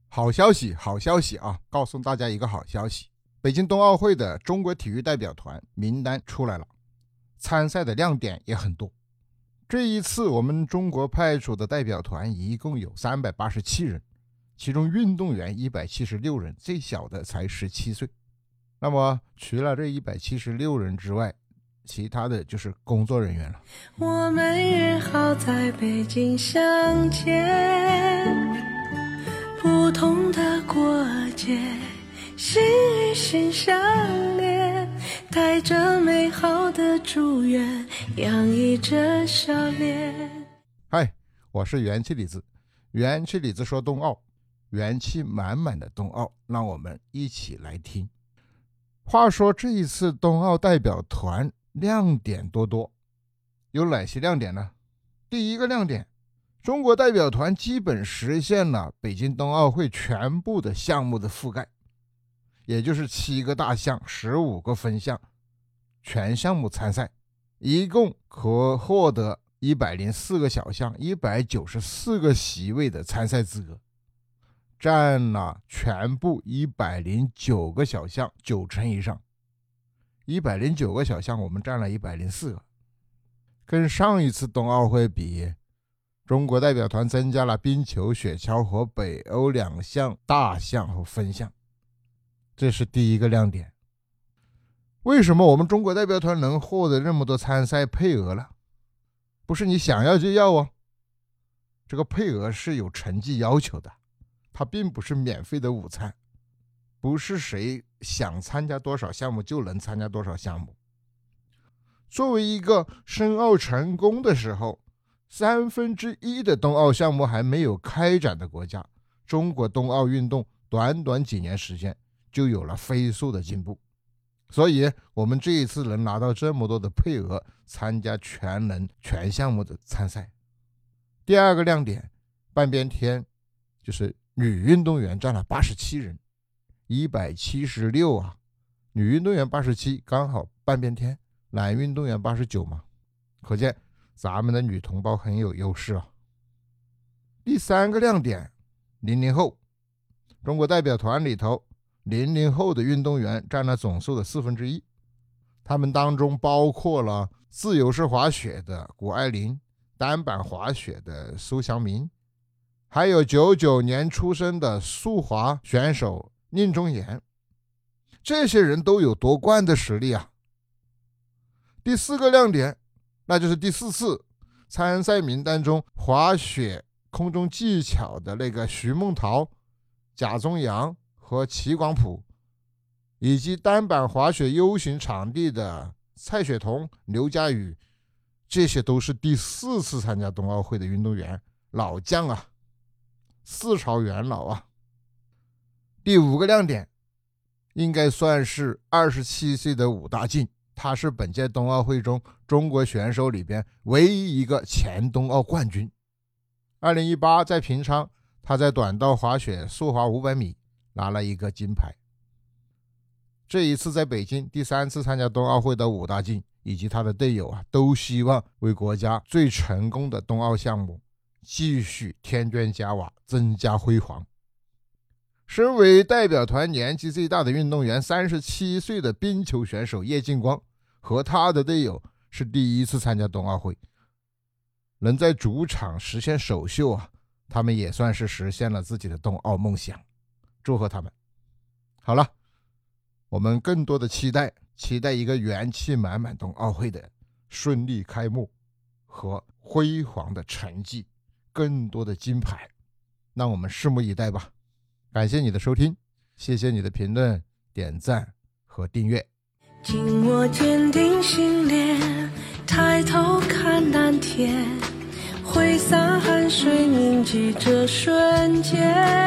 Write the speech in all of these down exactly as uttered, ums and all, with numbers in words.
好消息，好消息啊！告诉大家一个好消息，北京冬奥会的中国体育代表团名单出来了，参赛的亮点也很多。这一次我们中国派出的代表团一共有三百八十七人，其中运动员一百七十六人，最小的才十七岁。那么除了这一百七十六人之外，其他的就是工作人员了。 我们约好在北京相见，不同的过节，心与心相连，带着美好的祝愿，洋溢着笑脸。 嗨，我是元气李子，元气李子说冬奥，元气满满的冬奥，让我们一起来听。话说这一次冬奥代表团亮点多多，有哪些亮点呢？第一个亮点，中国代表团基本实现了北京冬奥会全部的项目的覆盖，也就是七个大项，十五个分项，全项目参赛，一共可获得一百零四个小项，一百九十四个席位的参赛资格，占了全部一百零九个小项九成以上。一百零九个小项我们占了一百零四个，跟上一次冬奥会比，中国代表团增加了冰球、雪橇和北欧两项大项和分项，这是第一个亮点。为什么我们中国代表团能获得那么多参赛配额了？不是你想要就要哦，这个配额是有成绩要求的，它并不是免费的午餐，不是谁想参加多少项目就能参加多少项目。作为一个申奥成功的时候三分之一的冬奥项目还没有开展的国家，中国冬奥运动短短几年时间就有了飞速的进步，所以我们这一次能拿到这么多的配额，参加全能全项目的参赛。第二个亮点，半边天，就是女运动员占了八十七人，一百七十六啊，女运动员八十七，刚好半边天，男运动员八十九嘛，可见咱们的女同胞很有优势啊。第三个亮点，零零后，中国代表团里头零零后的运动员占了总数的四分之一，他们当中包括了自由式滑雪的谷爱凌，单板滑雪的苏祥明，还有九九年出生的速滑选手宁中岩，这些人都有夺冠的实力啊。第四个亮点，那就是第四次参赛名单中滑雪空中技巧的那个徐梦桃、贾宗洋和齐广普，以及单板滑雪 U 型场地的蔡雪桐、刘佳宇，这些都是第四次参加冬奥会的运动员，老将啊，四朝元老啊。第五个亮点，应该算是二十七岁的武大靖，他是本届冬奥会中中国选手里边唯一一个前冬奥冠军。二零一八在平昌，他在短道滑雪速滑五百米拿了一个金牌。这一次在北京第三次参加冬奥会的武大靖以及他的队友啊，都希望为国家最成功的冬奥项目继续添砖加瓦，增加辉煌。身为代表团年纪最大的运动员，三十七岁的冰球选手叶劲光和他的队友是第一次参加冬奥会，能在主场实现首秀啊，他们也算是实现了自己的冬奥梦想，祝贺他们。好了，我们更多的期待期待一个元气满满冬奥会的顺利开幕和辉煌的成绩，更多的金牌，让我们拭目以待吧。感谢你的收听，谢谢你的评论、点赞和订阅。 紧握坚定信念，抬头看蓝天，挥洒汗水铭记这瞬间，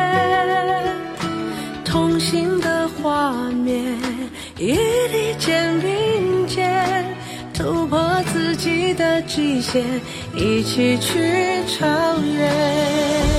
同行的画面一力肩并肩，突破自己的极限，一起去超越。